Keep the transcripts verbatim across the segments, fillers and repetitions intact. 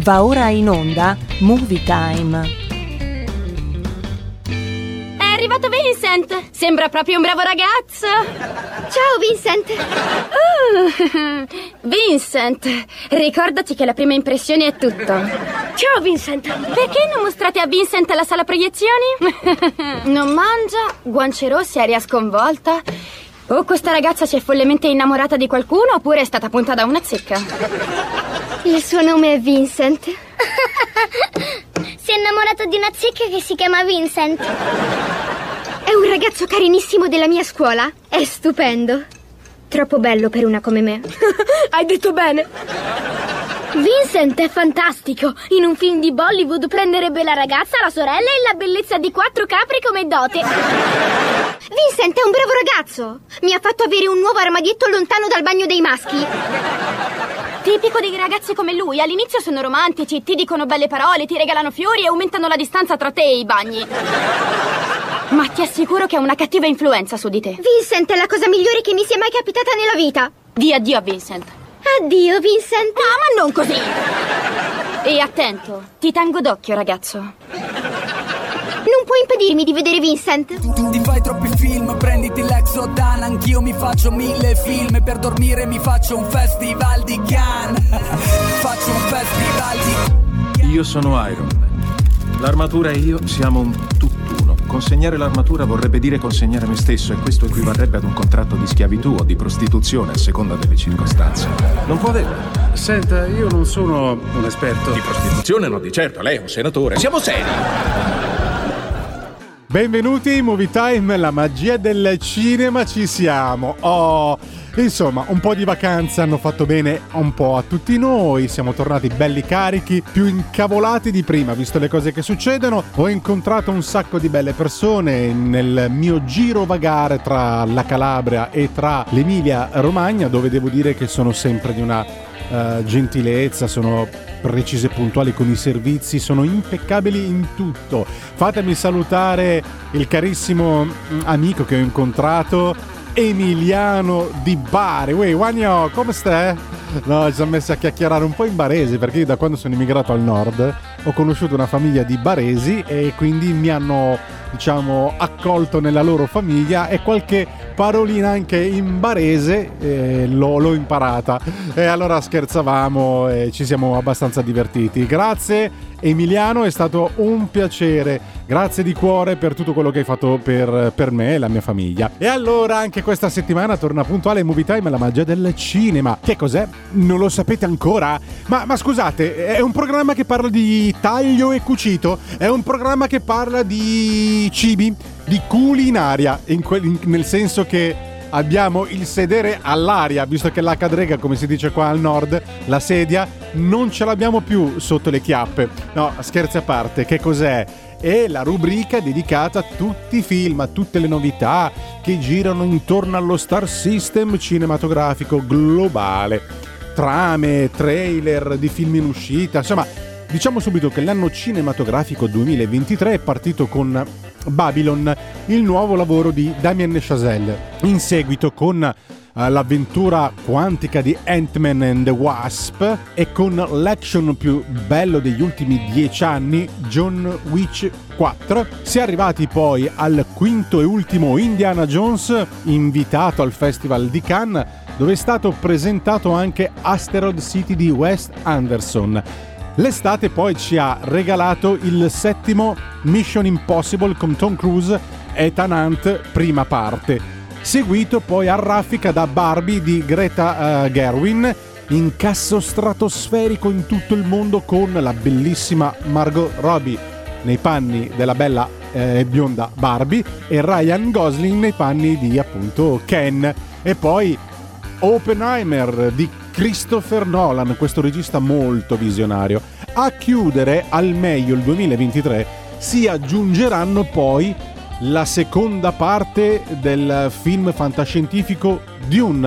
Va ora in onda Movie Time. È arrivato Vincent! Sembra proprio un bravo ragazzo! Ciao Vincent! Uh, Vincent, ricordati che la prima impressione è tutto. Ciao Vincent! Perché non mostrate a Vincent la sala proiezioni? Non mangia, guance rosse, aria sconvolta. O questa ragazza si è follemente innamorata di qualcuno oppure è stata punta da una zecca. Il suo nome è Vincent. Si è innamorato di una zecca che si chiama Vincent. È un ragazzo carinissimo della mia scuola. È stupendo. Troppo bello per una come me. Hai detto bene. Vincent è fantastico. In un film di Bollywood prenderebbe la ragazza, la sorella e la bellezza di quattro capri come dote. Vincent è un bravo ragazzo. Mi ha fatto avere un nuovo armadietto lontano dal bagno dei maschi. Tipico dei ragazzi come lui. All'inizio sono romantici, ti dicono belle parole, ti regalano fiori e aumentano la distanza tra te e i bagni. Ma ti assicuro che ha una cattiva influenza su di te. Vincent è la cosa migliore che mi sia mai capitata nella vita. Di addio a Vincent. Addio, Vincent. Ah, ma non così. E attento, ti tengo d'occhio, ragazzo. Non puoi impedirmi di vedere Vincent. Tu ti fai troppi film, prenditi l'Exodan. Anch'io mi faccio mille film. Per dormire mi faccio un festival di Cannes. Faccio un festival di... Io sono Iron Man. L'armatura e io siamo un tutt'uno. Consegnare l'armatura vorrebbe dire consegnare me stesso, e questo equivarrebbe ad un contratto di schiavitù o di prostituzione a seconda delle circostanze. Non può averlo. Senta, io non sono un esperto. Di prostituzione no, di certo, lei è un senatore. Siamo seri. Benvenuti in Movie Time, la magia del cinema, ci siamo. Oh, insomma, un po' di vacanze hanno fatto bene un po' a tutti noi. Siamo tornati belli carichi, più incavolati di prima, visto le cose che succedono. Ho incontrato un sacco di belle persone nel mio giro vagare tra la Calabria e tra l'Emilia Romagna, dove devo dire che sono sempre di una Uh, gentilezza, sono precise e puntuali con i servizi, sono impeccabili in tutto. Fatemi salutare il carissimo amico che ho incontrato, Emiliano di Bari. Uè, Wagno, come stai? No, ci siamo messi a chiacchierare un po' in barese, perché io da quando sono immigrato al nord ho conosciuto una famiglia di baresi e quindi mi hanno, diciamo, accolto nella loro famiglia, e qualche parolina anche in barese eh, l'ho, l'ho imparata, e allora scherzavamo e ci siamo abbastanza divertiti. Grazie Emiliano, è stato un piacere, grazie di cuore per tutto quello che hai fatto per, per me e la mia famiglia. E allora anche questa settimana torna puntuale Movie Time, la magia del cinema. Che cos'è? Non lo sapete ancora? Ma, ma scusate, è un programma che parla di taglio e cucito? È un programma che parla di cibi, di culinaria, in que- in, nel senso che abbiamo il sedere all'aria, visto che la cadrega, come si dice qua al nord, la sedia, non ce l'abbiamo più sotto le chiappe. No, scherzi a parte, che cos'è? È la rubrica dedicata a tutti i film, a tutte le novità che girano intorno allo Star System cinematografico globale. Trame, trailer di film in uscita, insomma, diciamo subito che l'anno cinematografico duemilaventitré è partito con Babylon, il nuovo lavoro di Damien Chazelle. In seguito con uh, l'avventura quantica di Ant-Man and the Wasp, e con l'action più bello degli ultimi dieci anni, John Wick quattro. Si è arrivati poi al quinto e ultimo Indiana Jones, invitato al Festival di Cannes, dove è stato presentato anche Asteroid City di Wes Anderson. L'estate poi ci ha regalato il settimo Mission Impossible con Tom Cruise e Ethan Hunt, prima parte, seguito poi a raffica da Barbie di Greta uh, Gerwig, incasso stratosferico in tutto il mondo con la bellissima Margot Robbie nei panni della bella e eh, bionda Barbie, e Ryan Gosling nei panni di appunto Ken. E poi Oppenheimer di Christopher Nolan, questo regista molto visionario. A chiudere al meglio il duemilaventitré si aggiungeranno poi la seconda parte del film fantascientifico Dune.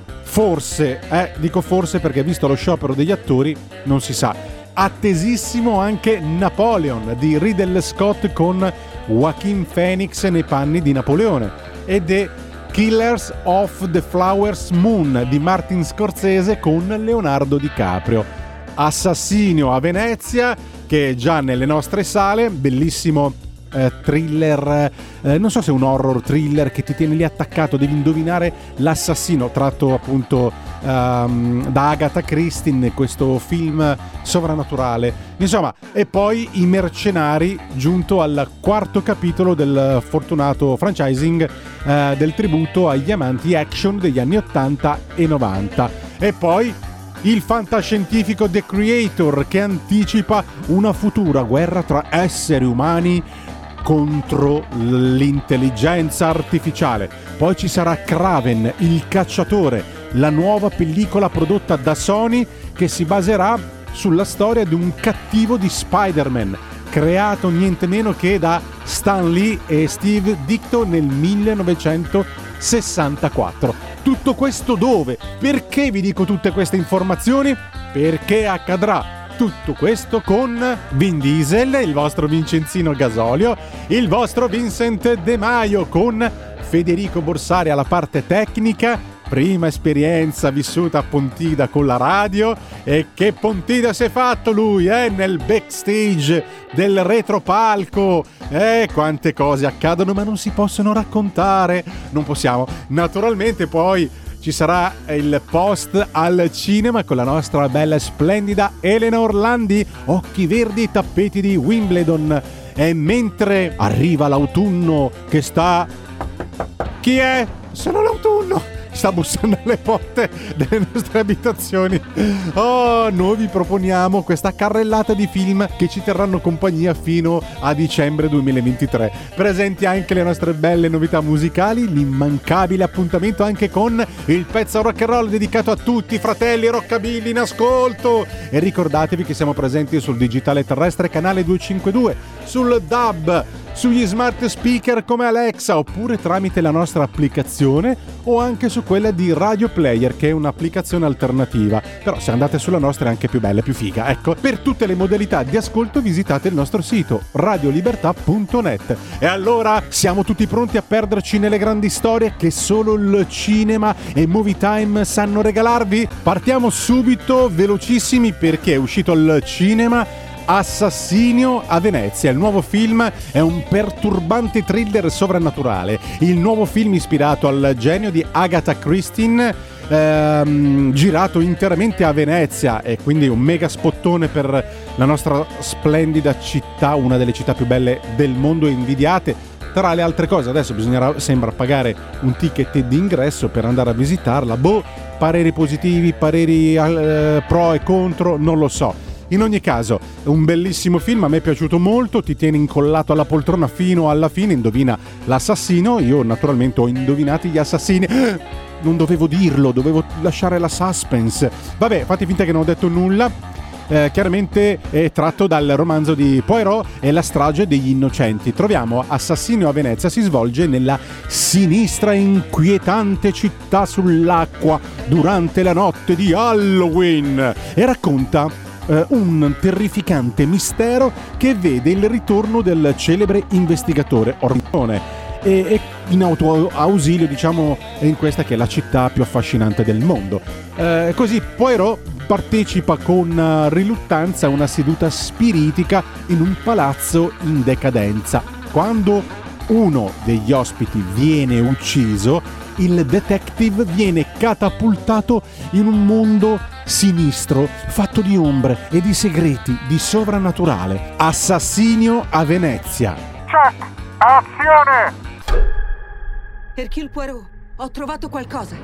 Forse, eh, dico forse perché visto lo sciopero degli attori non si sa. Attesissimo anche Napoleon di Ridley Scott con Joaquin Phoenix nei panni di Napoleone, ed è Killers of the Flowers Moon di Martin Scorsese con Leonardo DiCaprio. Assassinio a Venezia, che è già nelle nostre sale, bellissimo eh, thriller, eh, non so se è un horror thriller che ti tiene lì attaccato, devi indovinare l'assassino, tratto appunto um, da Agatha Christie in questo film sovrannaturale, insomma. E poi I Mercenari, giunto al quarto capitolo del fortunato franchising eh, del tributo agli amanti action degli anni ottanta e novanta. E poi il fantascientifico The Creator, che anticipa una futura guerra tra esseri umani contro l'intelligenza artificiale. Poi ci sarà Kraven, il cacciatore, la nuova pellicola prodotta da Sony che si baserà sulla storia di un cattivo di Spider-Man, creato niente meno che da Stan Lee e Steve Ditko nel millenovecentosessantaquattro. Tutto questo dove? Perché vi dico tutte queste informazioni? Perché accadrà tutto questo con Vin Diesel, il vostro Vincenzino Gasolio, il vostro Vincent De Maio, con Federico Borsari alla parte tecnica, prima esperienza vissuta a Pontida con la radio. E che Pontida si è fatto lui, eh, nel backstage del retropalco. Eh, quante cose accadono ma non si possono raccontare, non possiamo. Naturalmente poi ci sarà il post al cinema con la nostra bella e splendida Elena Orlandi, occhi verdi, tappeti di Wimbledon. E mentre arriva l'autunno che sta... Chi è? Sono l'autunno! Sta bussando alle porte delle nostre abitazioni. Oh, noi vi proponiamo questa carrellata di film che ci terranno compagnia fino a dicembre duemilaventitré. Presenti anche le nostre belle novità musicali, l'immancabile appuntamento anche con il pezzo rock and roll dedicato a tutti i fratelli rockabilly in ascolto. E ricordatevi che siamo presenti sul digitale terrestre canale duecentocinquantadue, sul D A B, sugli smart speaker come Alexa, oppure tramite la nostra applicazione, o anche su quella di Radio Player, che è un'applicazione alternativa. Però se andate sulla nostra è anche più bella, più figa. Ecco, per tutte le modalità di ascolto visitate il nostro sito radiolibertà punto net. E allora siamo tutti pronti a perderci nelle grandi storie che solo il cinema e Movie Time sanno regalarvi? Partiamo subito, velocissimi, perché è uscito al cinema Assassinio a Venezia. Il nuovo film è un perturbante thriller sovrannaturale. Il nuovo film ispirato al genio di Agatha Christie, ehm, girato interamente a Venezia, e quindi un mega spottone per la nostra splendida città, una delle città più belle del mondo e invidiate. Tra le altre cose, adesso bisognerà, sembra, pagare un ticket di ingresso per andare a visitarla. Boh, pareri positivi, pareri eh, pro e contro, non lo so. In ogni caso, è un bellissimo film, a me è piaciuto molto, ti tiene incollato alla poltrona fino alla fine, indovina l'assassino. Io naturalmente ho indovinato gli assassini. Non dovevo dirlo, dovevo lasciare la suspense. Vabbè, fate finta che non ho detto nulla. Eh, chiaramente è tratto dal romanzo di Poirot e La strage degli innocenti. Troviamo Assassinio a Venezia, si svolge nella sinistra e inquietante città sull'acqua durante la notte di Halloween e racconta Uh, un terrificante mistero che vede il ritorno del celebre investigatore Ormone e, e in autoausilio, diciamo, in questa che è la città più affascinante del mondo. Uh, così Poirot partecipa con uh, riluttanza a una seduta spiritica in un palazzo in decadenza. Quando uno degli ospiti viene ucciso, il detective viene catapultato in un mondo sinistro, fatto di ombre e di segreti, di sovrannaturale. Assassinio a Venezia. Check! Azione! Hercule Poirot, ho trovato qualcosa.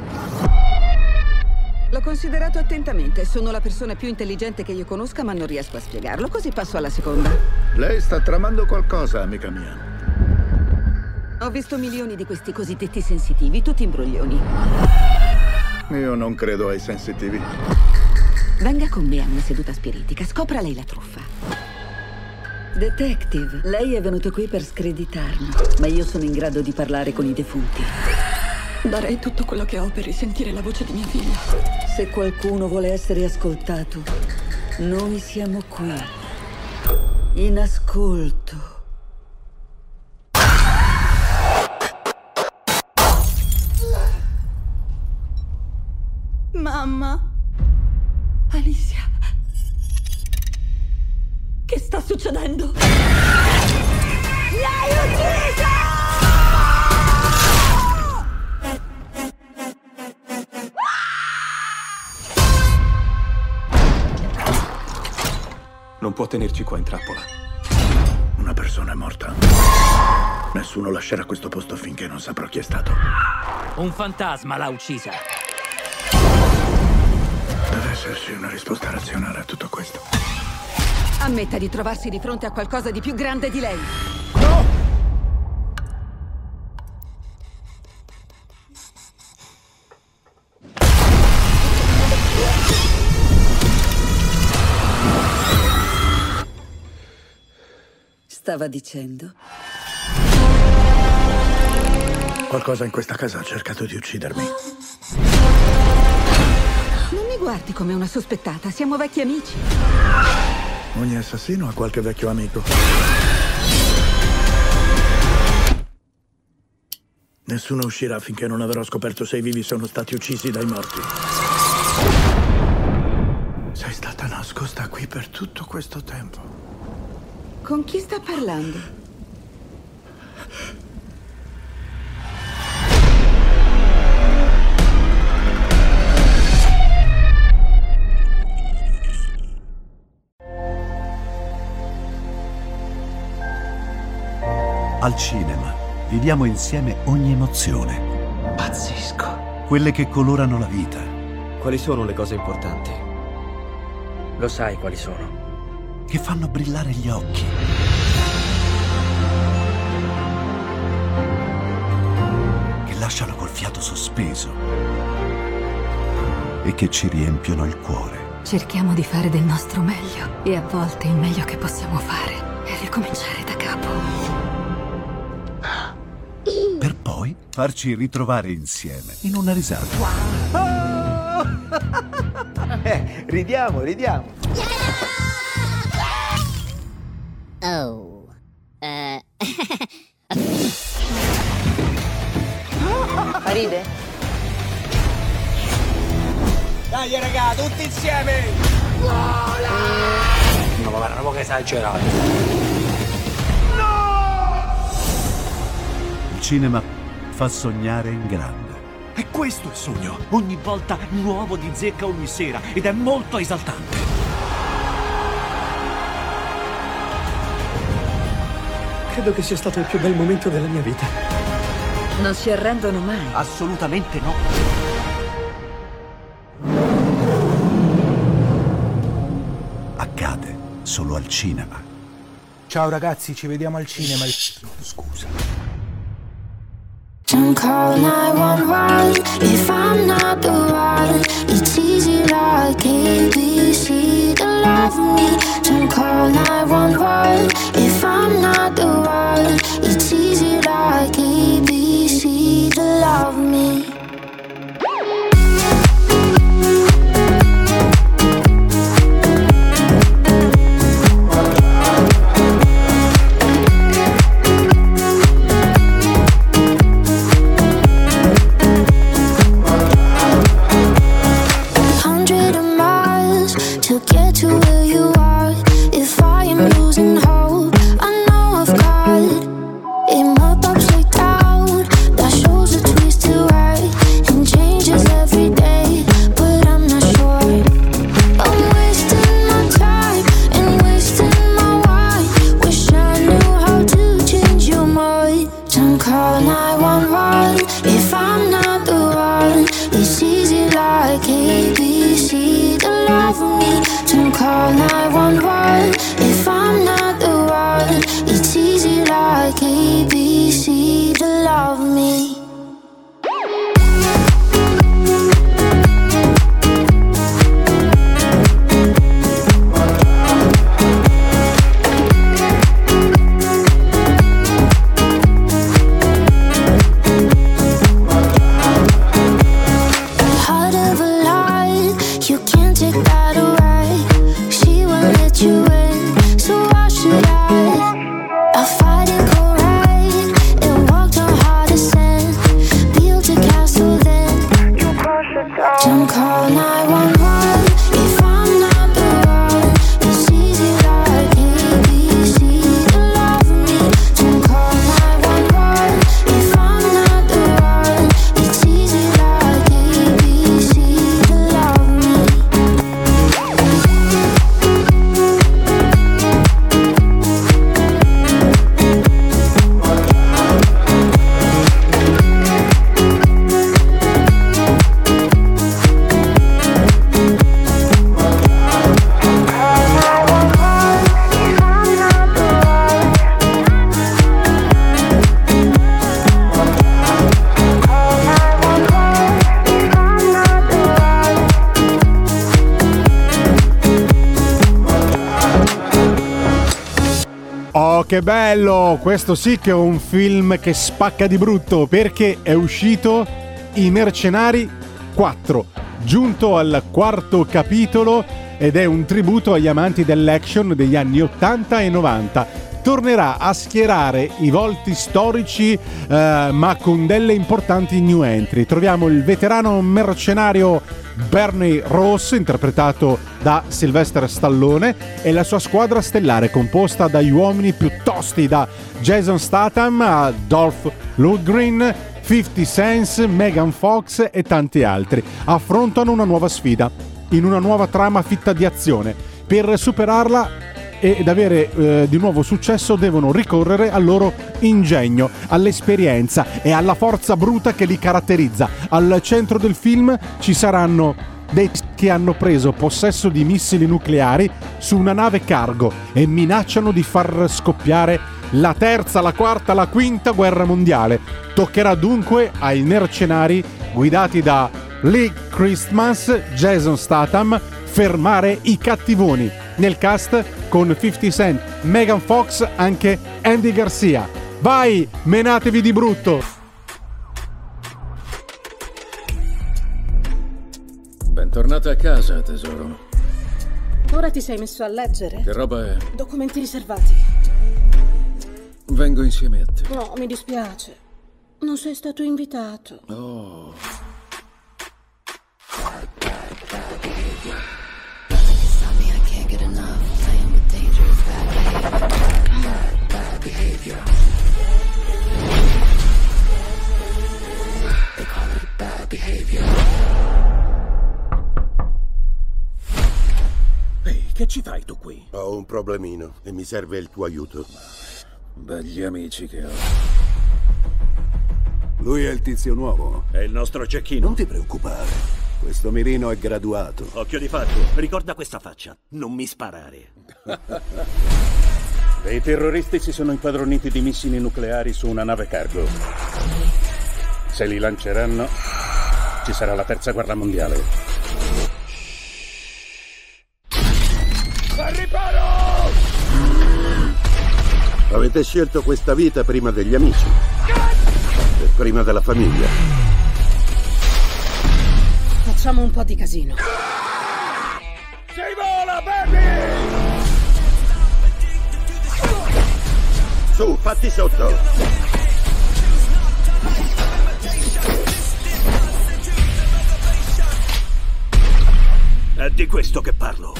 L'ho considerato attentamente. Sono la persona più intelligente che io conosca, ma non riesco a spiegarlo, così passo alla seconda. Lei sta tramando qualcosa, amica mia. Ho visto milioni di questi cosiddetti sensitivi, tutti imbroglioni. Io non credo ai sensitivi. Venga con me a una seduta spiritica, scopra lei la truffa. Detective, lei è venuto qui per screditarmi, ma io sono in grado di parlare con i defunti. Darei tutto quello che ho per risentire la voce di mia figlia. Se qualcuno vuole essere ascoltato, noi siamo qui. In ascolto. Mamma. Alicia. sta succedendo? L'hai ucciso! Non può tenerci qua in trappola. Una persona è morta. Nessuno lascerà questo posto finché non saprò chi è stato. Un fantasma l'ha uccisa. Deve esserci una risposta razionale a tutto questo. Ammetta di trovarsi di fronte a qualcosa di più grande di lei. No! Stava dicendo? Qualcosa in questa casa ha cercato di uccidermi. Non mi guardi come una sospettata, siamo vecchi amici. Ogni assassino ha qualche vecchio amico. Nessuno uscirà finché non avrò scoperto se i vivi sono stati uccisi dai morti. Sei stata nascosta qui per tutto questo tempo. Con chi sta parlando? Al cinema viviamo insieme ogni emozione. Pazzesco. Quelle che colorano la vita. Quali sono le cose importanti? Lo sai quali sono. Che fanno brillare gli occhi. Che lasciano col fiato sospeso. E che ci riempiono il cuore. Cerchiamo di fare del nostro meglio e a volte il meglio che possiamo fare è ricominciare da capo. Per poi farci ritrovare insieme in una risata. Wow. eh, ridiamo, ridiamo. Oh. Eh. Ride? Dai raga, tutti insieme! Vola! No, guarda, un po' che esagerato. Il cinema fa sognare in grande. E questo è il sogno. Ogni volta nuovo di zecca ogni sera ed è molto esaltante. Credo che sia stato il più bel momento della mia vita. Non si arrendono mai. Assolutamente no. Accade solo al cinema. Ciao ragazzi, ci vediamo al cinema. Scusa. Don't call nine one one if I'm not the one. It's easy like A B C to love me. Don't call nine one one if I'm not the one. It's easy like A B C to love me. If I'm not the one, it's easy like A B che bello! Questo sì che è un film che spacca di brutto, perché è uscito I Mercenari quattro, giunto al quarto capitolo, ed è un tributo agli amanti dell'action degli anni ottanta e novanta. Tornerà a schierare i volti storici, eh, ma con delle importanti new entry. Troviamo il veterano mercenario Bernie Ross, interpretato da Sylvester Stallone, e la sua squadra stellare, composta dagli uomini più tosti, da Jason Statham a Dolph Lundgren, fifty Cent, Megan Fox e tanti altri. Affrontano una nuova sfida in una nuova trama fitta di azione. Per superarla ed avere eh, di nuovo successo devono ricorrere al loro ingegno, all'esperienza e alla forza bruta che li caratterizza. Al centro del film ci saranno dei che hanno preso possesso di missili nucleari su una nave cargo e minacciano di far scoppiare la terza, la quarta, la quinta guerra mondiale. Toccherà dunque ai mercenari guidati da Lee Christmas, Jason Statham, fermare i cattivoni. Nel cast con fifty Cent, Megan Fox, anche Andy Garcia. Vai, menatevi di brutto! Bentornata a casa, tesoro. Ora ti sei messo a leggere? Che roba è? Documenti riservati. Vengo insieme a te. No, mi dispiace. Non sei stato invitato. Oh. Ehi, che ci fai tu qui? Ho un problemino e mi serve il tuo aiuto. Begli amici che ho. Lui è il tizio nuovo. È il nostro cecchino. Non ti preoccupare. Questo mirino è graduato. Occhio di fatto. Ricorda questa faccia. Non mi sparare. Dei terroristi si sono impadroniti di missili nucleari su una nave cargo. Se li lanceranno, ci sarà la terza guerra mondiale. Al riparo! Avete scelto questa vita prima degli amici e prima della famiglia. Facciamo un po' di casino. Si vola, baby! Su, fatti sotto! È di questo che parlo.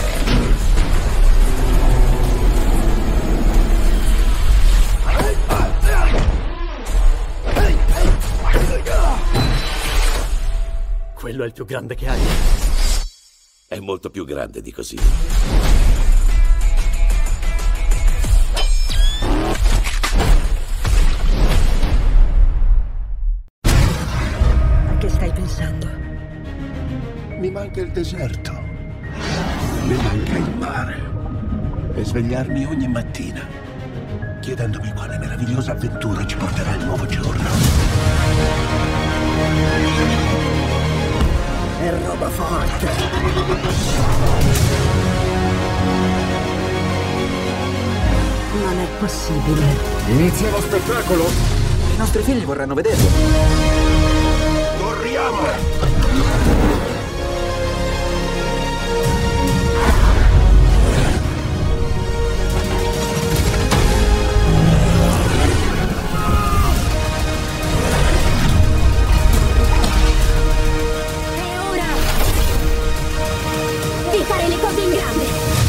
Quello è il più grande che hai. È molto più grande di così. A che stai pensando? Mi manca il deserto. Mi manca il mare. E svegliarmi ogni mattina chiedendomi quale meravigliosa avventura ci porterà il nuovo giorno. È roba forte. Non è possibile. Inizia lo spettacolo. I nostri figli vorranno vederlo. Corriamo! Fare le cose in grande.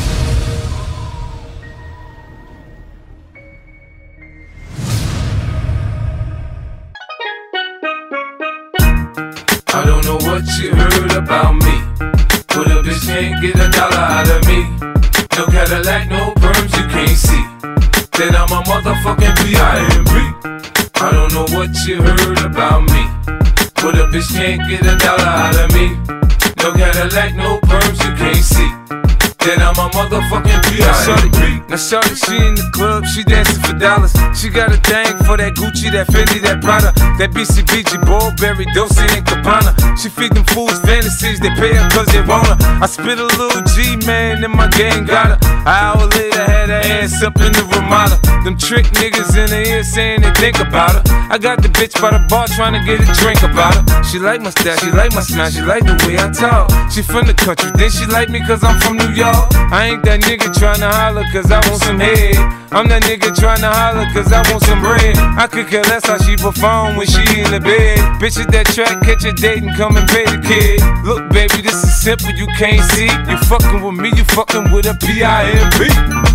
I don't know what you heard about me, but a bitch can't get a dollar out of me. No Cadillac, no perms, you can't see that I'm a motherfucking P I M P. I don't know what you heard about me, but a bitch can't get a dollar out of me. No Cadillac, no perms, you can't see that I'm a motherfucking P I M P. Now I saw that she in the club, she dancing for dollars. She got a thing for that Gucci, that Fendi, that Prada, that B C B G, Burberry, Dolce and Gabbana. She feed them fools fantasies, they pay her cause they want her. I spit a little G, man, and my gang got her. An hour later, had her ass up in the Ramada. Them trick niggas in the ear saying they think about her. I got the bitch by the bar trying to get a drink about her. She like my style, she like my smile, she like the way I talk. She from the country, then she like me cause I'm from New York. I ain't that nigga tryna holler cause I want some head. I'm that nigga tryna holler cause I want some bread. I could care less how she perform when she in the bed. Bitch at that track, catch a date and come and pay the kid. Look baby, this is simple, you can't see. You fucking with me, you fucking with a P I M P.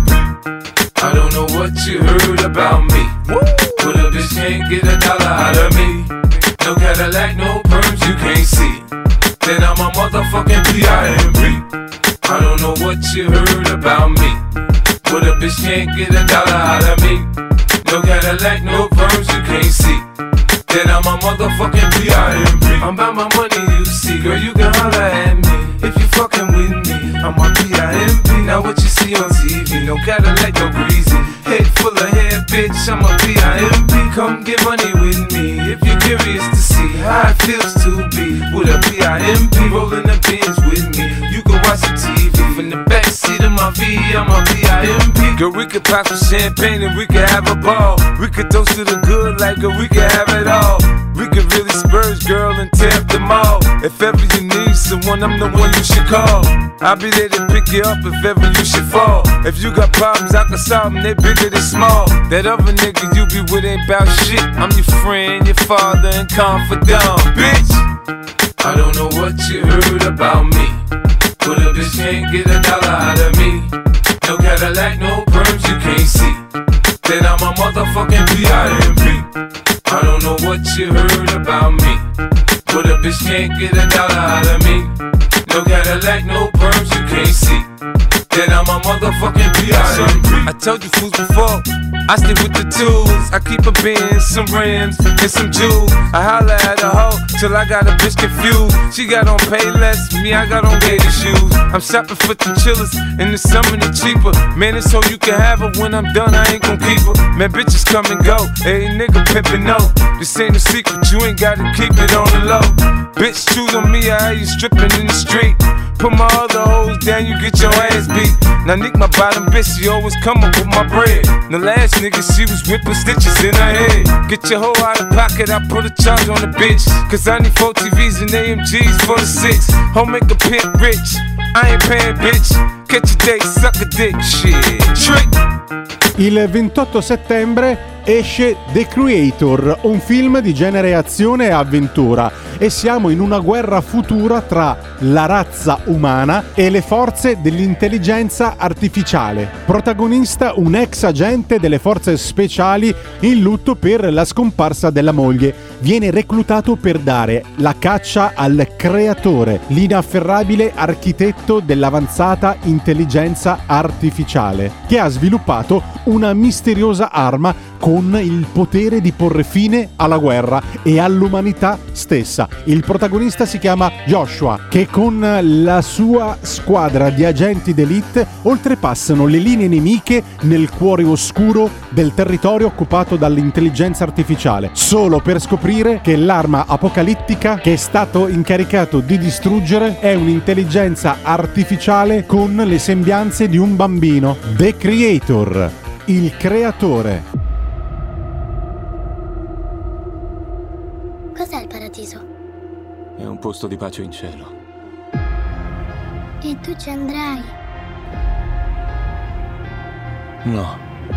I don't know what you heard about me, but a bitch can't get a dollar out of me. No Cadillac, no perms, you can't see. Then I'm a motherfucking P I M P. I don't know what you heard about me, but a bitch can't get a dollar out of me. No Cadillac, no perms, you can't see. Then I'm a motherfucking P I M P. I'm about my money, you see, girl, you can holler at me if you fucking with me. I'm a P I M P. Now what you see on T V, no Cadillac, no greasy. Head full of hair, bitch, I'm a P I M P. Come get money with me if you're curious to see how it feels to be with a P I M P. Rolling the bins with me, you can watch some T V from the backseat of my V. I'm a P I M P. Girl, we could pop some champagne and we could have a ball. We could toast to the good like girl, we could have it all. We could really spurge, girl, and tear up the mall. If ever you need someone, I'm the one you should call. I'll be there to pick you up if ever you should fall. If you got problems, I can solve them, they bigger than small. That other nigga you be with ain't bout shit. I'm your friend, your father, and confidant, bitch. I don't know what you heard about me, but a bitch can't get a dollar out of me. No Cadillac, no perms, you can't see. Then I'm a motherfucking P I M P. I don't know what you heard about me, but a bitch can't get a dollar out of me. No Cadillac, no perms, you can't see. Then I'm a motherfucking P I M P. I told you fools before, I stick with the tools. I keep a Benz, some rims, and some jewels. I holla at a hoe till I got a bitch confused. She got on Payless, me I got on gator shoes. I'm shopping for the chillers, in the summer they cheaper. Man, it's so you can have her, when I'm done I ain't gon' keep her. Man, bitches come and go, hey nigga pimpin' no. This ain't a secret, you ain't gotta keep it on the low. Bitch, choose on me, I have you stripping in the street. Put my other hoes down, you get your ass beat. Now Nick, my bottom bitch, she always come up with my bread. The last nigga, she was whipping stitches in her head. Get your hoe out of pocket, I put a charge on the bitch. Cause I need four T Vs and A M Gs for the six. Home make a pimp rich, I ain't paying bitch. Catch a date, suck a dick, shit, trick. Il ventotto settembre esce The Creator, un film di genere azione e avventura, e siamo in una guerra futura tra la razza umana e le forze dell'intelligenza artificiale. Protagonista un ex agente delle forze speciali in lutto per la scomparsa della moglie. Viene reclutato per dare la caccia al creatore, l'inafferrabile architetto dell'avanzata intelligenza artificiale, che ha sviluppato una misteriosa arma con il potere di porre fine alla guerra e all'umanità stessa. Il protagonista si chiama Joshua, che con la sua squadra di agenti d'élite oltrepassano le linee nemiche nel cuore oscuro del territorio occupato dall'intelligenza artificiale, solo per scoprire che l'arma apocalittica che è stato incaricato di distruggere è un'intelligenza artificiale con le sembianze di un bambino. The Creator, il creatore. Cos'è il paradiso? È un posto di pace in cielo. E tu ci andrai? No.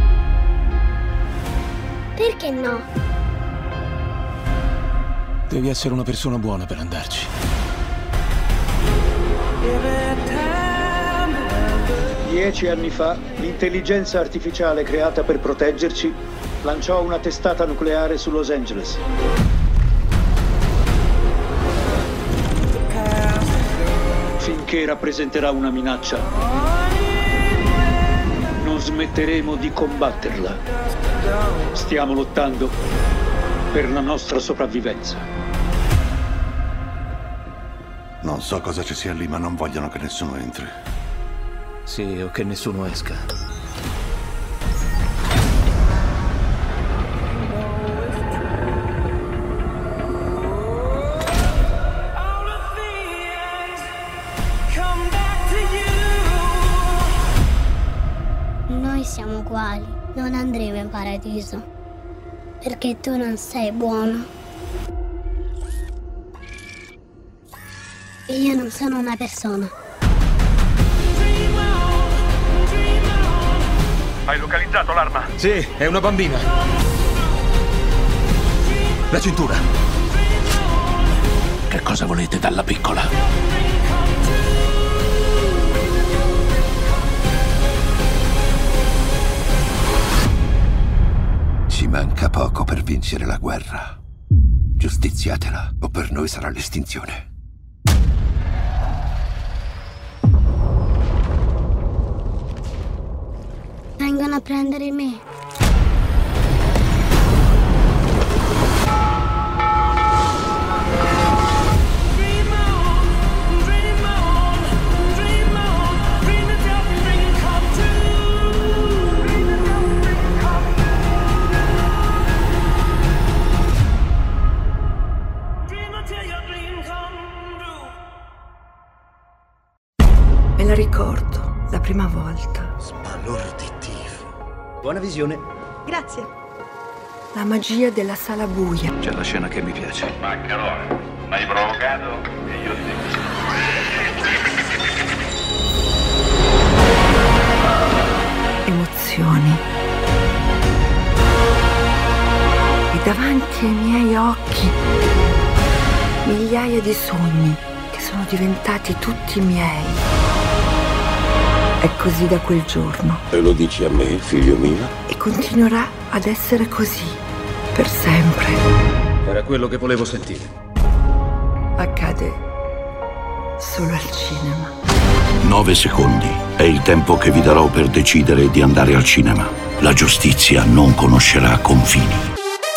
Perché no? Devi essere una persona buona per andarci. Dieci anni fa, l'intelligenza artificiale creata per proteggerci lanciò una testata nucleare su Los Angeles. Finché rappresenterà una minaccia, non smetteremo di combatterla. Stiamo lottando per la nostra sopravvivenza. Non so cosa ci sia lì, ma non vogliono che nessuno entri. Sì, o che nessuno esca. siamo uguali. Non andremo in paradiso. Perché tu non sei buono. E io non sono una persona. Hai localizzato l'arma? Sì, è una bambina. La cintura. Che cosa volete dalla piccola? Ci manca poco per vincere la guerra. Giustiziatela, o per noi sarà l'estinzione. Vengono a prendere me. Me la ricordo, la prima volta. Sbalorditivo. Buona visione. Grazie. La magia della sala buia. C'è la scena che mi piace. Maccherone, m'hai provocato e io ti... Emozioni. E davanti ai miei occhi migliaia di sogni che sono diventati tutti miei. È così da quel giorno. E lo dici a me, figlio mio? E continuerà ad essere così, per sempre. Era quello che volevo sentire. Accade solo al cinema. Nove secondi è il tempo che vi darò per decidere di andare al cinema. La giustizia non conoscerà confini.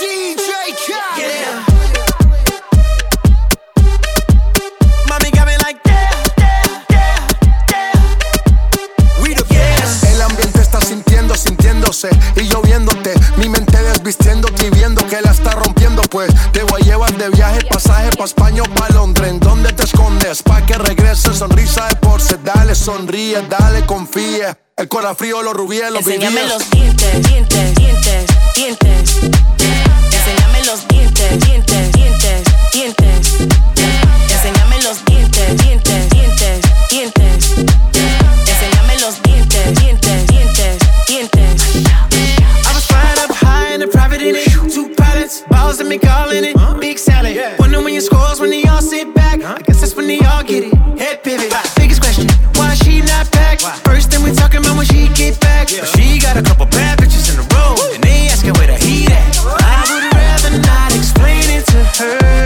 Y yo viéndote, mi mente desvistiéndote y viendo que la está rompiendo. Pues te voy a llevar de viaje, pasaje pa' España o pa' Londres. ¿En dónde te escondes? Pa' que regrese, sonrisa de porce. Dale, sonríe, dale, confía. El corazón frío, los rubíes, los vivíes. Enséñame los dientes, dientes, dientes, dientes. Enséñame los dientes, dientes, dientes, dientes. Enséñame los dientes, dientes, dientes, dientes. Enséñame los dientes, dientes, dientes, dientes. I was flying up high in a private in it. Two pilots, balls and me calling it. Big salad. Wonder when your scores when they all sit back. I guess that's when they all get it. Head pivot. Biggest question, why she not back? First thing we talking about when she get back. But she got a couple bad bitches in a row, and they asking where the heat at. I would rather not explain it to her.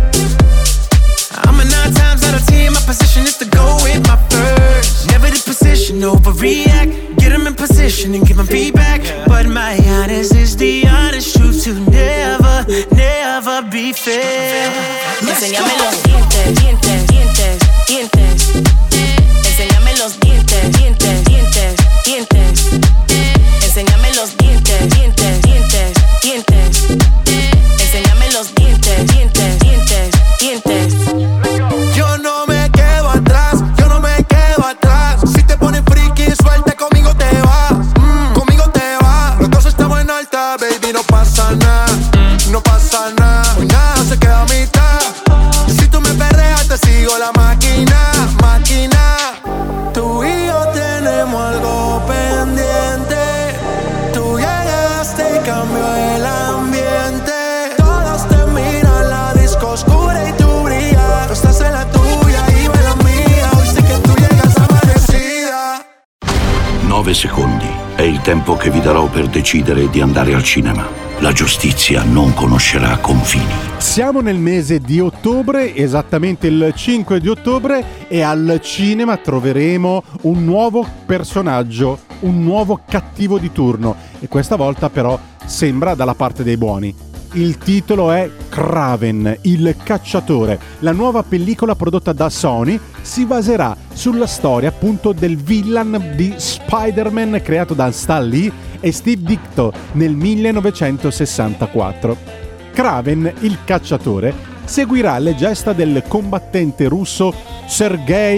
I'm a nine times out of ten, my position is to go with my first. Never the position, overreact. Get them in position and give them feedback. But my honest is the honest truth to never, never be fair. Enséñame los dientes, dientes, dientes, dientes. Enséñame los dientes, dientes, dientes, dientes. Enséñame los dientes, dientes, dientes, dientes. Enséñame los dientes, dientes, dientes, dientes. Yo no me quedo atrás, yo no me quedo atrás. Si te pones friki, suelta, conmigo te vas, mm, conmigo te vas. Los dos estamos en alta, baby, no pasa nada, no pasa nada. Hoy nada se queda a mitad. Si tú me perreas, te sigo la máquina, máquina. Tú y yo tenemos algo pendiente. Tú llegaste y cambió el ambiente. Todos te miran, la disco oscura y tú brillas. Tú estás en la tuya y va en la mía. Hoy sé che tu llegas amanecida. Nove secondi è il tempo che vi darò per decidere di andare al cinema. La giustizia non conoscerà confini. Siamo nel mese di ottobre, esattamente il cinque di ottobre, e al cinema troveremo un nuovo personaggio, un nuovo cattivo di turno, e questa volta però sembra dalla parte dei buoni. Il titolo è Kraven, il cacciatore. La nuova pellicola prodotta da Sony si baserà sulla storia appunto del villain di Spider-Man creato da Stan Lee e Steve Ditko nel millenovecentosessantaquattro. Kraven, il cacciatore, seguirà le gesta del combattente russo Sergei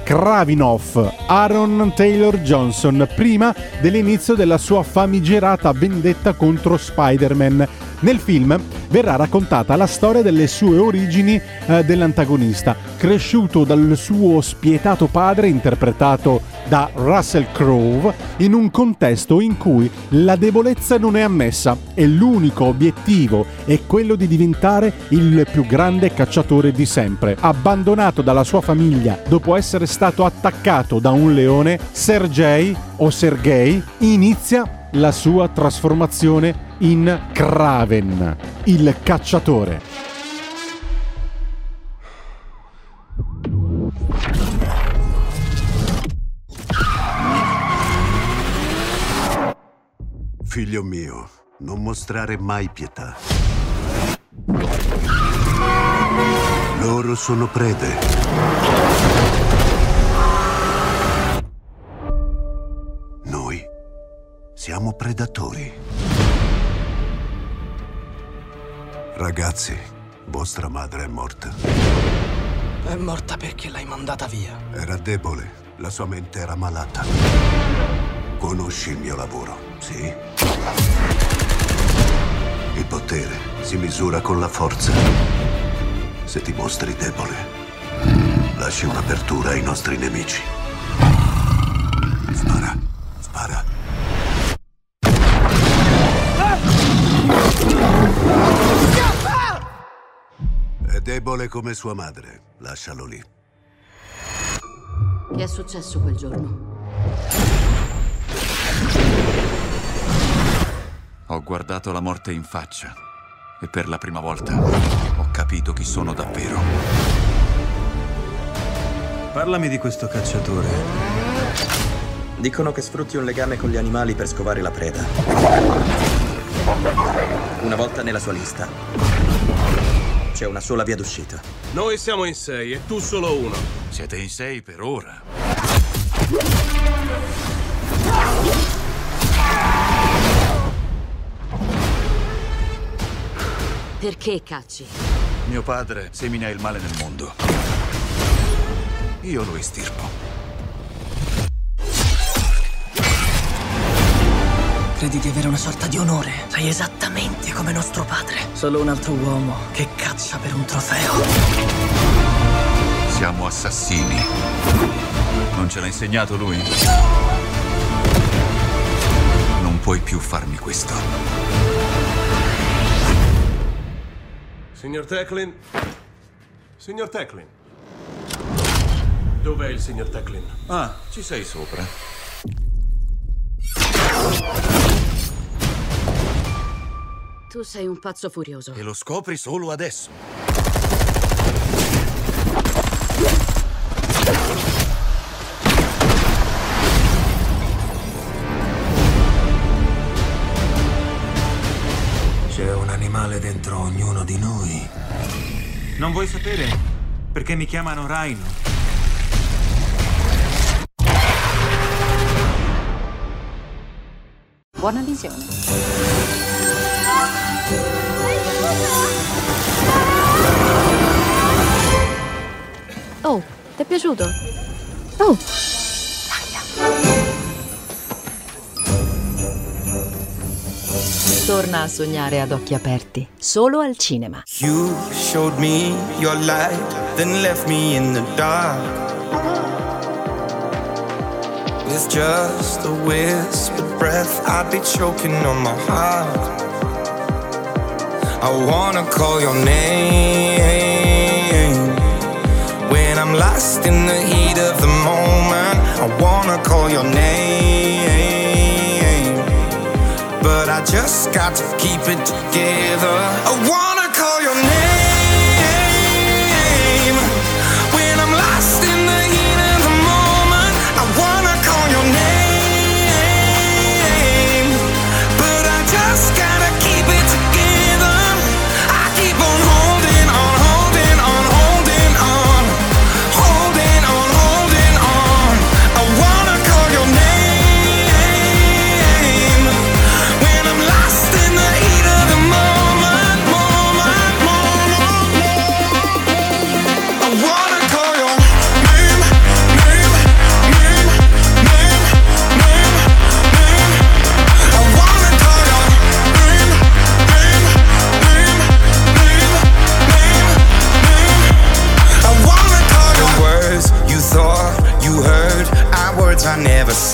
Kravinoff, Aaron Taylor Johnson, prima dell'inizio della sua famigerata vendetta contro Spider-Man. Nel film verrà raccontata la storia delle sue origini eh, dell'antagonista, cresciuto dal suo spietato padre interpretato da Russell Crowe in un contesto in cui la debolezza non è ammessa e l'unico obiettivo è quello di diventare il più grande cacciatore di sempre. Abbandonato dalla sua famiglia dopo essere stato attaccato da un leone, Sergei o Sergei inizia la sua trasformazione in Kraven, il cacciatore. Figlio mio, non mostrare mai pietà. Loro sono prede. Noi siamo predatori. Ragazzi, vostra madre è morta. È morta perché l'hai mandata via. Era debole, la sua mente era malata. Conosci il mio lavoro, sì? Il potere si misura con la forza. Se ti mostri debole, lasci un'apertura ai nostri nemici. Spara, spara. È debole come sua madre. Lascialo lì. Che è successo quel giorno? Ho guardato la morte in faccia e per la prima volta ho capito chi sono davvero. Parlami di questo cacciatore. Dicono che sfrutti un legame con gli animali per scovare la preda. Una volta nella sua lista c'è una sola via d'uscita. Noi siamo in sei e tu solo uno. Siete in sei per ora. Perché cacci? Mio padre semina il male nel mondo. Io lo estirpo. Credi di avere una sorta di onore? Sei esattamente come nostro padre. Solo un altro uomo che caccia per un trofeo. Siamo assassini. Non ce l'ha insegnato lui? Non puoi più farmi questo. Signor Tecklin? Signor Tecklin? Dov'è il signor Tecklin? Ah, ci sei sopra. Tu sei un pazzo furioso. E lo scopri solo adesso. C'è un animale dentro ognuno di noi. Non vuoi sapere perché mi chiamano Rhino? Buona visione. Oh, ti è piaciuto? Oh. Torna a sognare ad occhi aperti, solo al cinema. You showed me your light, then left me in the dark. With just a whispered breath, I'd be choking on my heart. I wanna call your name when I'm lost in the heat of the moment. I wanna call your name, but I just got to keep it together. I wanna call your name when I'm lost in the heat of the moment. I wanna call your name, but I just gotta keep it together. I keep on holding on, holding on, holding on, holding on, holding on. I wanna call your name when I'm lost in the heat of the moment, moment, moment.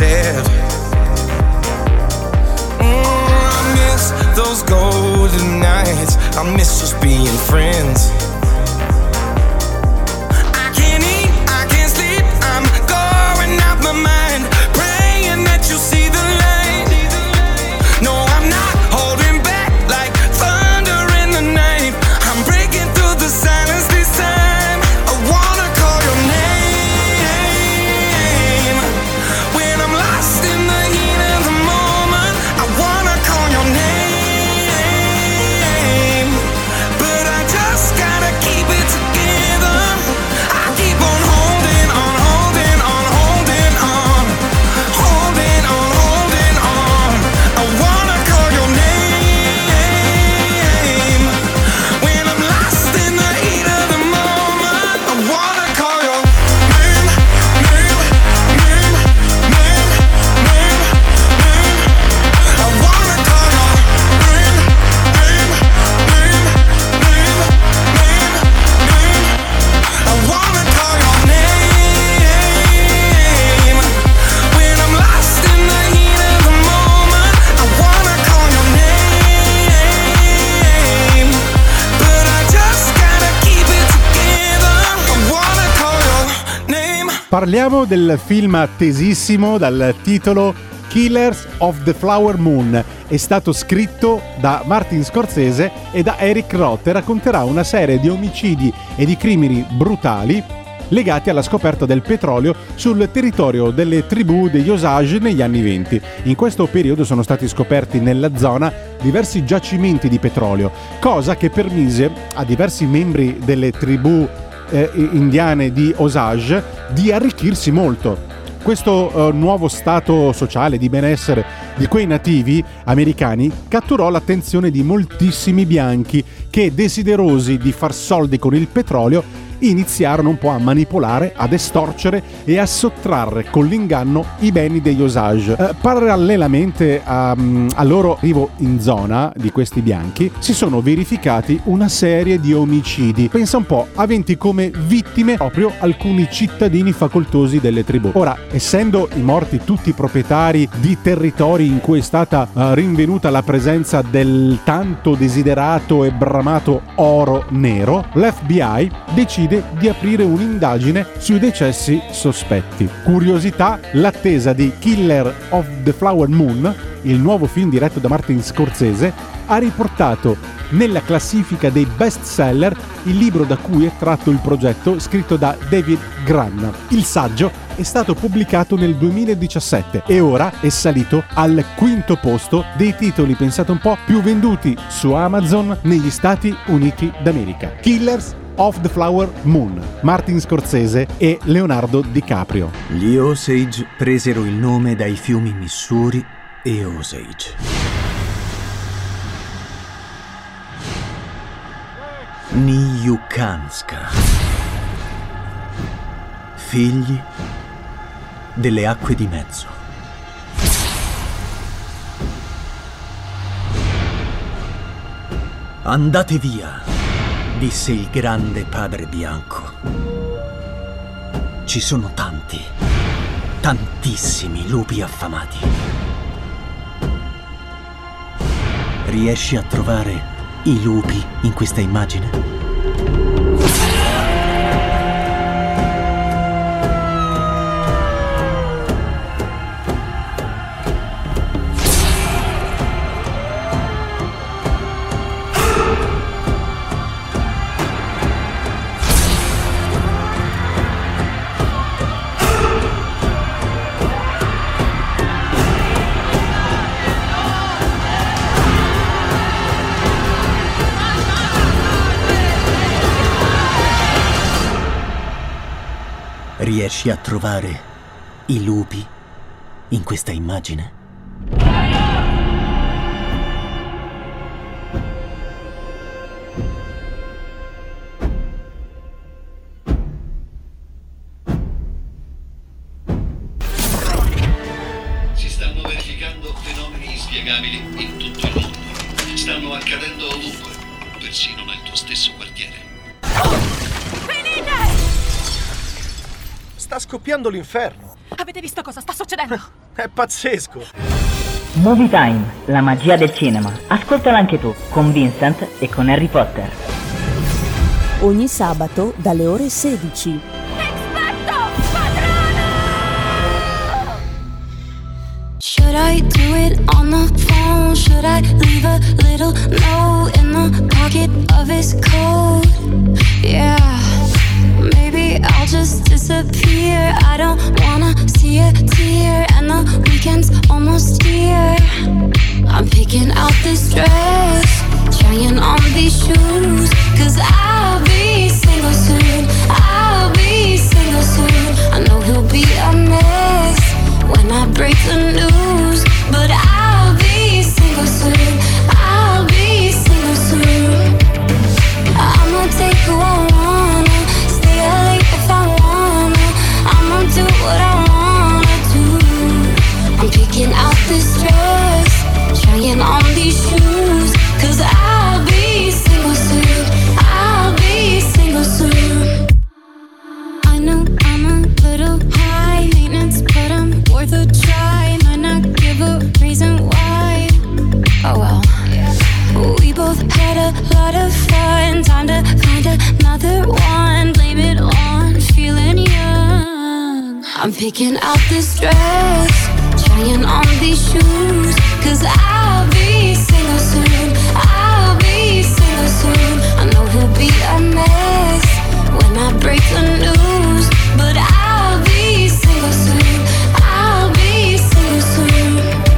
said. Mm, I miss those golden nights. I miss us being friends. I can't eat, I can't sleep. I'm going out my mind, praying that you see the light. No, I'm not holding back like thunder in the night. I'm breaking through the silence this time. I wanna call your name when I'm lost in the heat of the moment. I wanna call your name, but I just gotta keep it together. I keep on holding on, holding on, holding on, holding on, holding on. I wanna call your name when I'm lost in the heat of the moment. I wanna call your name, name, name, name, name, name. I wanna call your name, name, name, name, name, name. I wanna call your name when I'm lost in the heat of the moment. I wanna call your name, but I just gotta keep it together. I wanna call your name. Parliamo del film attesissimo dal titolo Killers of the Flower Moon. È stato scritto da Martin Scorsese e da Eric Roth e racconterà una serie di omicidi e di crimini brutali legati alla scoperta del petrolio sul territorio delle tribù degli Osage negli anni venti. In questo periodo sono stati scoperti nella zona diversi giacimenti di petrolio, cosa che permise a diversi membri delle tribù eh, indiane di Osage di arricchirsi molto. Questo eh, nuovo stato sociale di benessere di quei nativi americani catturò l'attenzione di moltissimi bianchi che, desiderosi di far soldi con il petrolio, iniziarono un po' a manipolare, ad estorcere e a sottrarre con l'inganno i beni degli Osage. Eh, parallelamente a, al loro arrivo in zona di questi bianchi si sono verificati una serie di omicidi, pensa un po', aventi come vittime proprio alcuni cittadini facoltosi delle tribù. Ora, essendo i morti tutti proprietari di territori in cui è stata uh, rinvenuta la presenza del tanto desiderato e bramato oro nero, l'F B I decide di aprire un'indagine sui decessi sospetti. Curiosità, l'attesa di Killer of the Flower Moon, il nuovo film diretto da Martin Scorsese, ha riportato nella classifica dei best seller il libro da cui è tratto il progetto, scritto da David Grann. Il saggio è stato pubblicato nel duemiladiciassette e ora è salito al quinto posto dei titoli, pensate un po', più venduti su Amazon negli Stati Uniti d'America. Killers of the Flower Moon, Martin Scorsese e Leonardo DiCaprio. Gli Osage presero il nome dai fiumi Missouri e Osage. Niyukanska, figli delle acque di mezzo. Andate via, disse il grande padre bianco. Ci sono tanti, tantissimi lupi affamati. Riesci a trovare i lupi in questa immagine? Riesci a trovare i lupi in questa immagine? Si stanno verificando fenomeni inspiegabili in tutto il mondo. Stanno accadendo ovunque, persino nel tuo stesso quartiere. Sta scoppiando l'inferno. Avete visto cosa sta succedendo? È pazzesco. Movie Time, la magia del cinema. Ascoltala anche tu, con Vincent e con Harry Potter. Ogni sabato dalle ore sedici. Should I do it on the phone? Should I leave a little note in the pocket of his coat? Yeah, maybe I'll just disappear. I don't wanna see a tear, and the weekend's almost here. I'm picking out this dress, trying on these shoes, cause I'll be single soon, I'll be single soon. I know he'll be a mess when I break the news, but I'll be single soon, I'll be single soon. I'ma take who I wanna, stay up late if I wanna, I'ma do what I wanna do. I'm picking out this dress, trying on these shoes, cause I'll be single soon, I'll be single soon. I know I'm a little high maintenance, but I'm worth a try. Might not give a reason why. Oh well. We both had a lot of fun. Time to find another one. Blame it on feeling young. I'm picking out this dress, trying on these shoes, cause I'll be single soon, I'll be single soon. I know he'll be a mess when I break the news, but I'll be single soon, I'll be single soon.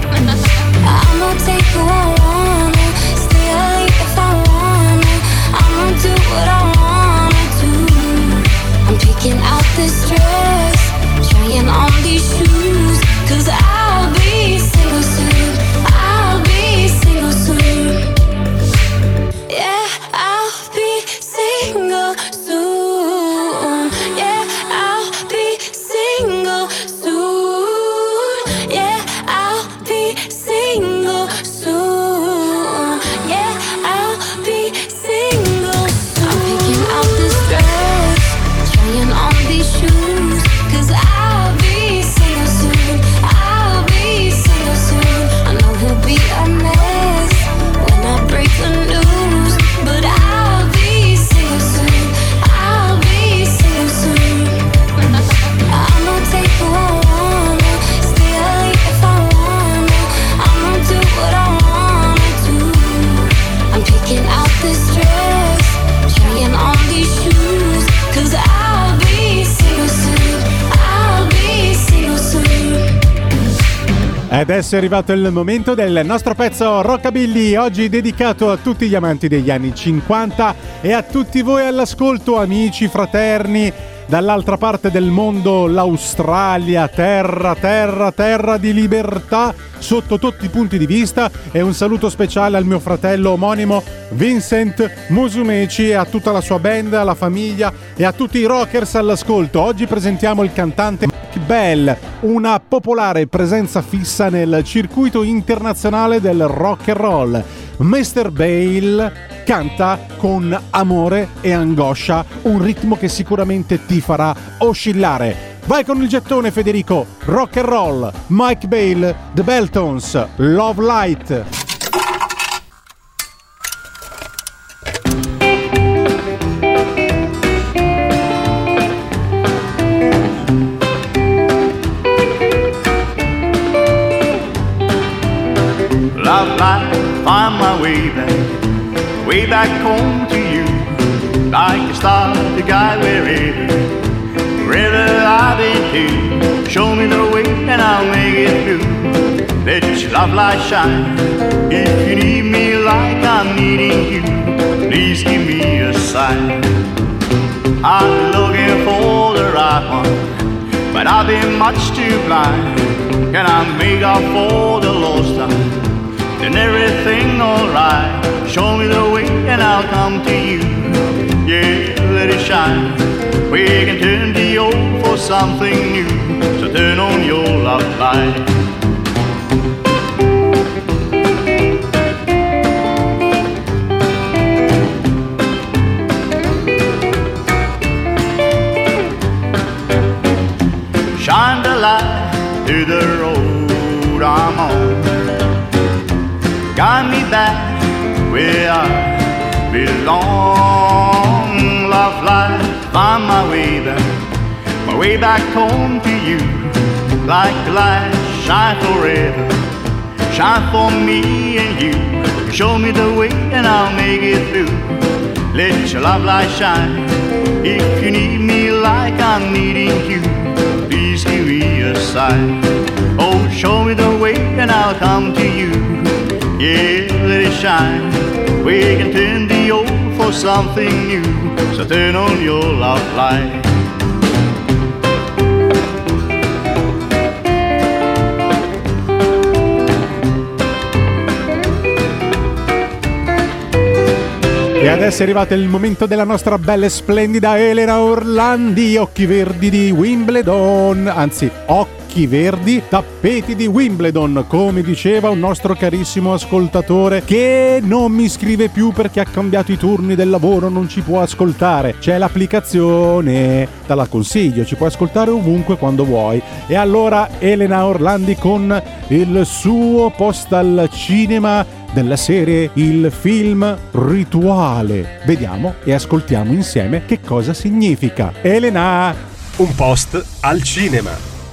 I'ma take who I wanna, stay up late if I wanna, I'ma do what I wanna do. I'm picking out this dress, trying on these shoes, cause I'll be single soon, I'll be single soon. Yeah, I'll be single soon. Yeah, I'll be single soon. Yeah, I'll be single soon. Yeah, I'll be single soon. I'm picking out this dress, trying on these shoes, cause I'll be single soon, I'll be single soon. I know he'll be a mess when I break the news, but I'll be single soon, I'll be single soon. I'ma take who I wanna, stay up late if I wanna, I'ma do what I wanna do. I'm picking out this dress, trying on these shoes, cause I'll be single soon, I'll be single soon. E adesso è arrivato il momento del nostro pezzo Rockabilly, oggi dedicato a tutti gli amanti degli anni cinquanta e a tutti voi all'ascolto, amici, fraterni, dall'altra parte del mondo, l'Australia, terra, terra, terra di libertà sotto tutti i punti di vista, e un saluto speciale al mio fratello omonimo Vincent Musumeci e a tutta la sua band, alla famiglia e a tutti i rockers all'ascolto. Oggi presentiamo il cantante Mike Bell, una popolare presenza fissa nel circuito internazionale del rock and roll. mister Bale canta con amore e angoscia un ritmo che sicuramente ti farà oscillare. Vai con il gettone, Federico. Rock and roll, Mike Bale, The Beltons, Love Light. Love light, find my way back, way back home to you. Like a star to guide wherever, wherever I've been to. Show me the way and I'll make it through. Let your love light shine. If you need me like I'm needing you, please give me a sign. I'm looking for the right one, but I've been much too blind. Can I make up for the lost time? Then everything alright. Show me the way and I'll come to you. Yeah, let it shine. We can turn the old for something new. So turn on your love light. Shine the light that's where I belong. Love light, find my way back, my way back home to you. Like the light, shine forever, shine for me and you. Show me the way and I'll make it through. Let your love light shine. If you need me like I'm needing you, please give me a sign. Oh, show me the way and I'll come to you. Yeah, let it shine. We can turn the old for something new. So turn on your love light. E adesso è arrivato il momento della nostra bella e splendida Elena Orlandi, occhi verdi di Wimbledon, anzi occhi verdi, tappeti di Wimbledon, come diceva un nostro carissimo ascoltatore che non mi scrive più perché ha cambiato i turni del lavoro, non ci può ascoltare. C'è l'applicazione, te la consiglio, ci puoi ascoltare ovunque quando vuoi. E allora Elena Orlandi con il suo post al cinema della serie Il film rituale. Vediamo e ascoltiamo insieme che cosa significa. Elena! Un post al cinema.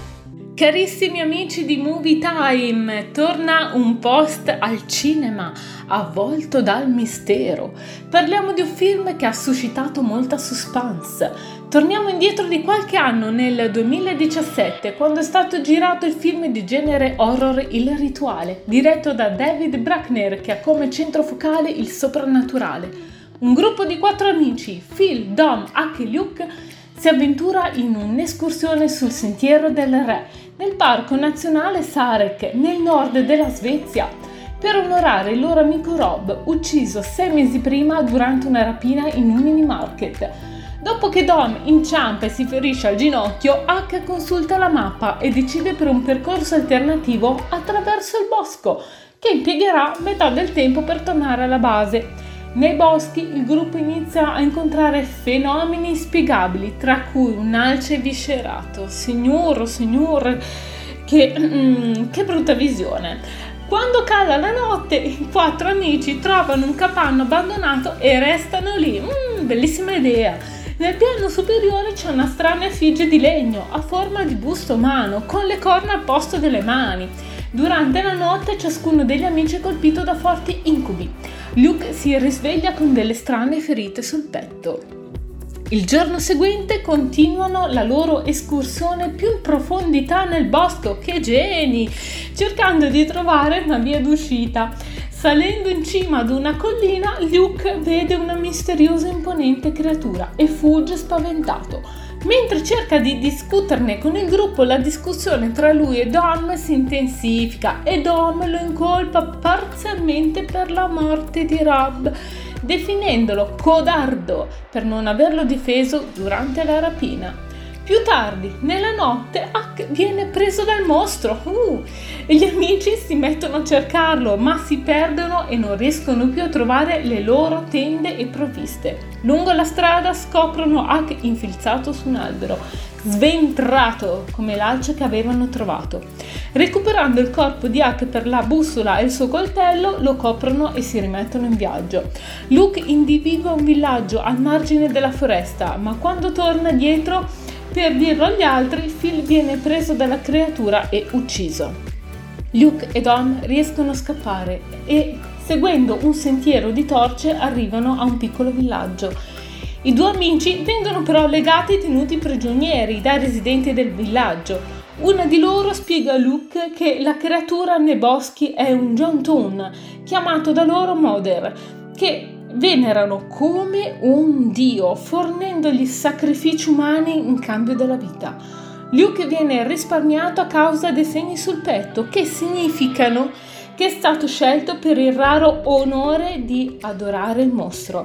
Carissimi amici di Movie Time, torna un post al cinema avvolto dal mistero. Parliamo di un film che ha suscitato molta suspense. Torniamo indietro di qualche anno, nel duemiladiciassette, quando è stato girato il film di genere horror Il Rituale, diretto da David Bruckner, che ha come centro focale il soprannaturale. Un gruppo di quattro amici, Phil, Dom, Huck e Luke, si avventura in un'escursione sul Sentiero del Re, nel Parco Nazionale Sarek, nel nord della Svezia, per onorare il loro amico Rob, ucciso sei mesi prima durante una rapina in un mini market. Dopo che Dom inciampa e si ferisce al ginocchio, Huck consulta la mappa e decide per un percorso alternativo attraverso il bosco, che impiegherà metà del tempo per tornare alla base. Nei boschi il gruppo inizia a incontrare fenomeni inspiegabili, tra cui un alce viscerato. Signor, signor, che, mm, che brutta visione. Quando cala la notte, i quattro amici trovano un capanno abbandonato e restano lì. Mm, bellissima idea. Nel piano superiore c'è una strana effigie di legno a forma di busto umano, con le corna al posto delle mani. Durante la notte ciascuno degli amici è colpito da forti incubi. Luke si risveglia con delle strane ferite sul petto. Il giorno seguente continuano la loro escursione più in profondità nel bosco, che geni, cercando di trovare una via d'uscita. Salendo in cima ad una collina, Luke vede una misteriosa e imponente creatura e fugge spaventato. Mentre cerca di discuterne con il gruppo, la discussione tra lui e Dom si intensifica e Dom lo incolpa parzialmente per la morte di Rob, definendolo codardo per non averlo difeso durante la rapina. Più tardi, nella notte, Huck viene preso dal mostro uh, e gli amici si mettono a cercarlo, ma si perdono e non riescono più a trovare le loro tende e provviste. Lungo la strada scoprono Huck infilzato su un albero, sventrato come l'alce che avevano trovato. Recuperando il corpo di Huck per la bussola e il suo coltello, lo coprono e si rimettono in viaggio. Luke individua un villaggio al margine della foresta, ma quando torna dietro per dirlo agli altri, Phil viene preso dalla creatura e ucciso. Luke e Dom riescono a scappare e, seguendo un sentiero di torce, arrivano a un piccolo villaggio. I due amici vengono però legati e tenuti prigionieri dai residenti del villaggio. Una di loro spiega a Luke che la creatura nei boschi è un Jontun, chiamato da loro Mother, che venerano come un dio, fornendogli sacrifici umani in cambio della vita. Luke viene risparmiato a causa dei segni sul petto, che significano che è stato scelto per il raro onore di adorare il mostro.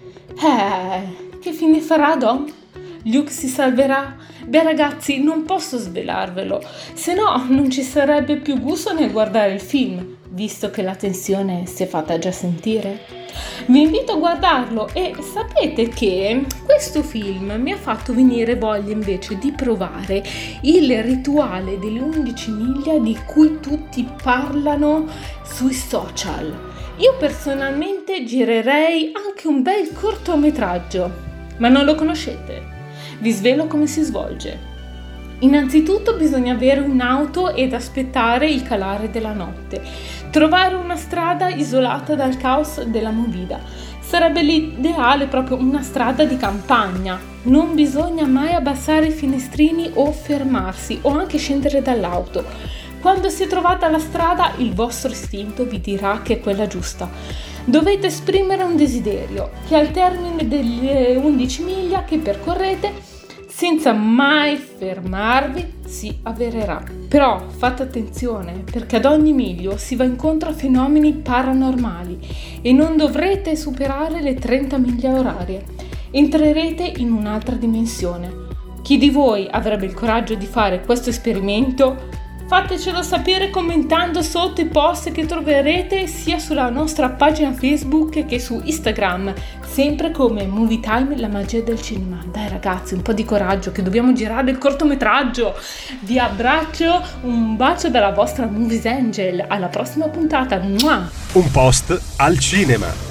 Eh, che fine farà Dom? Luke si salverà? Beh ragazzi, non posso svelarvelo, se no non ci sarebbe più gusto nel guardare il film, visto che la tensione si è fatta già sentire. Vi invito a guardarlo e sapete che questo film mi ha fatto venire voglia invece di provare il rituale delle undici miglia di cui tutti parlano sui social. Io personalmente girerei anche un bel cortometraggio, ma non lo conoscete? Vi svelo come si svolge. Innanzitutto bisogna avere un'auto ed aspettare il calare della notte. Trovare una strada isolata dal caos della movida. Sarebbe l'ideale proprio una strada di campagna. Non bisogna mai abbassare i finestrini o fermarsi o anche scendere dall'auto. Quando si è trovata la strada, il vostro istinto vi dirà che è quella giusta. Dovete esprimere un desiderio che al termine delle undici miglia che percorrete, senza mai fermarvi, si avvererà. Però fate attenzione, perché ad ogni miglio si va incontro a fenomeni paranormali e non dovrete superare le trenta miglia orarie. Entrerete in un'altra dimensione. Chi di voi avrebbe il coraggio di fare questo esperimento? Fatecelo sapere commentando sotto i post che troverete sia sulla nostra pagina Facebook che su Instagram, sempre come Movie Time, la magia del cinema. Dai ragazzi, un po' di coraggio che dobbiamo girare il cortometraggio. Vi abbraccio, un bacio dalla vostra Movies Angel. Alla prossima puntata. Mua! Un post al cinema.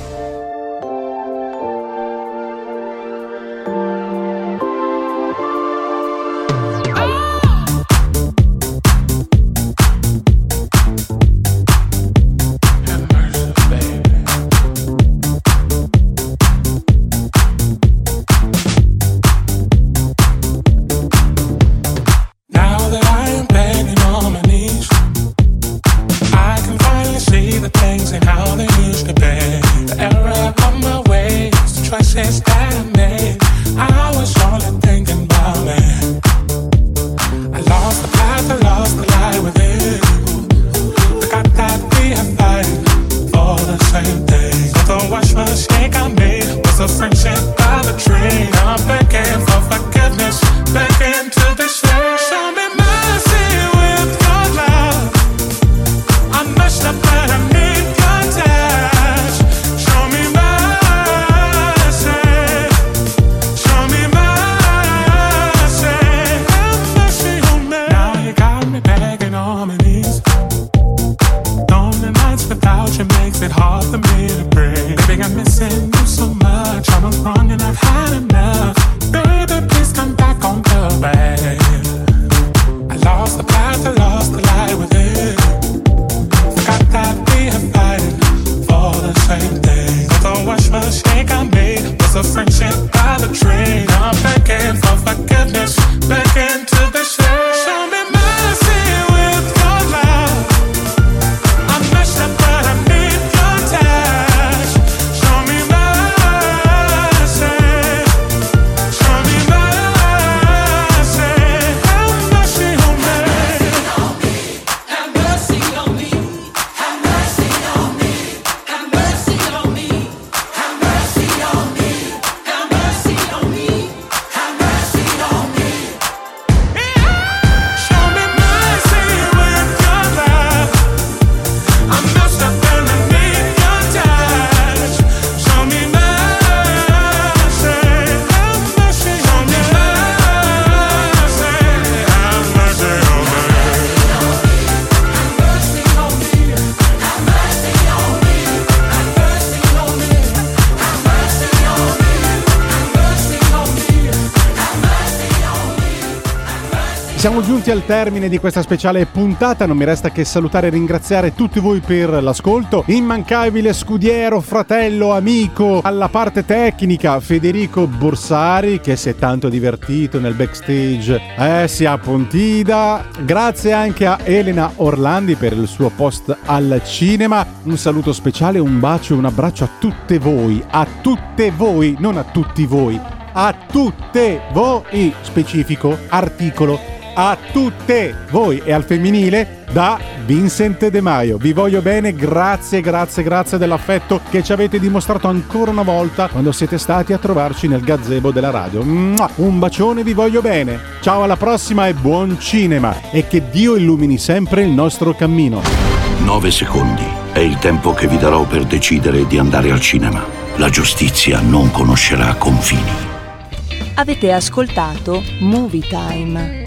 Siamo giunti al termine di questa speciale puntata, non mi resta che salutare e ringraziare tutti voi per l'ascolto. Immancabile scudiero, fratello, amico, alla parte tecnica Federico Borsari, che si è tanto divertito nel backstage, eh, si ha Pontida. Grazie anche a Elena Orlandi per il suo post al cinema. Un saluto speciale, un bacio e un abbraccio a tutte voi, a tutte voi, non a tutti voi, a tutte voi, specifico articolo, a tutte voi e al femminile da Vincent De Maio. Vi voglio bene, grazie, grazie, grazie dell'affetto che ci avete dimostrato ancora una volta quando siete stati a trovarci nel gazebo della radio. Un bacione, vi voglio bene. Ciao, alla prossima e buon cinema, e che Dio illumini sempre il nostro cammino. Nove secondi è il tempo che vi darò per decidere di andare al cinema. La giustizia non conoscerà confini. Avete ascoltato Movie Time.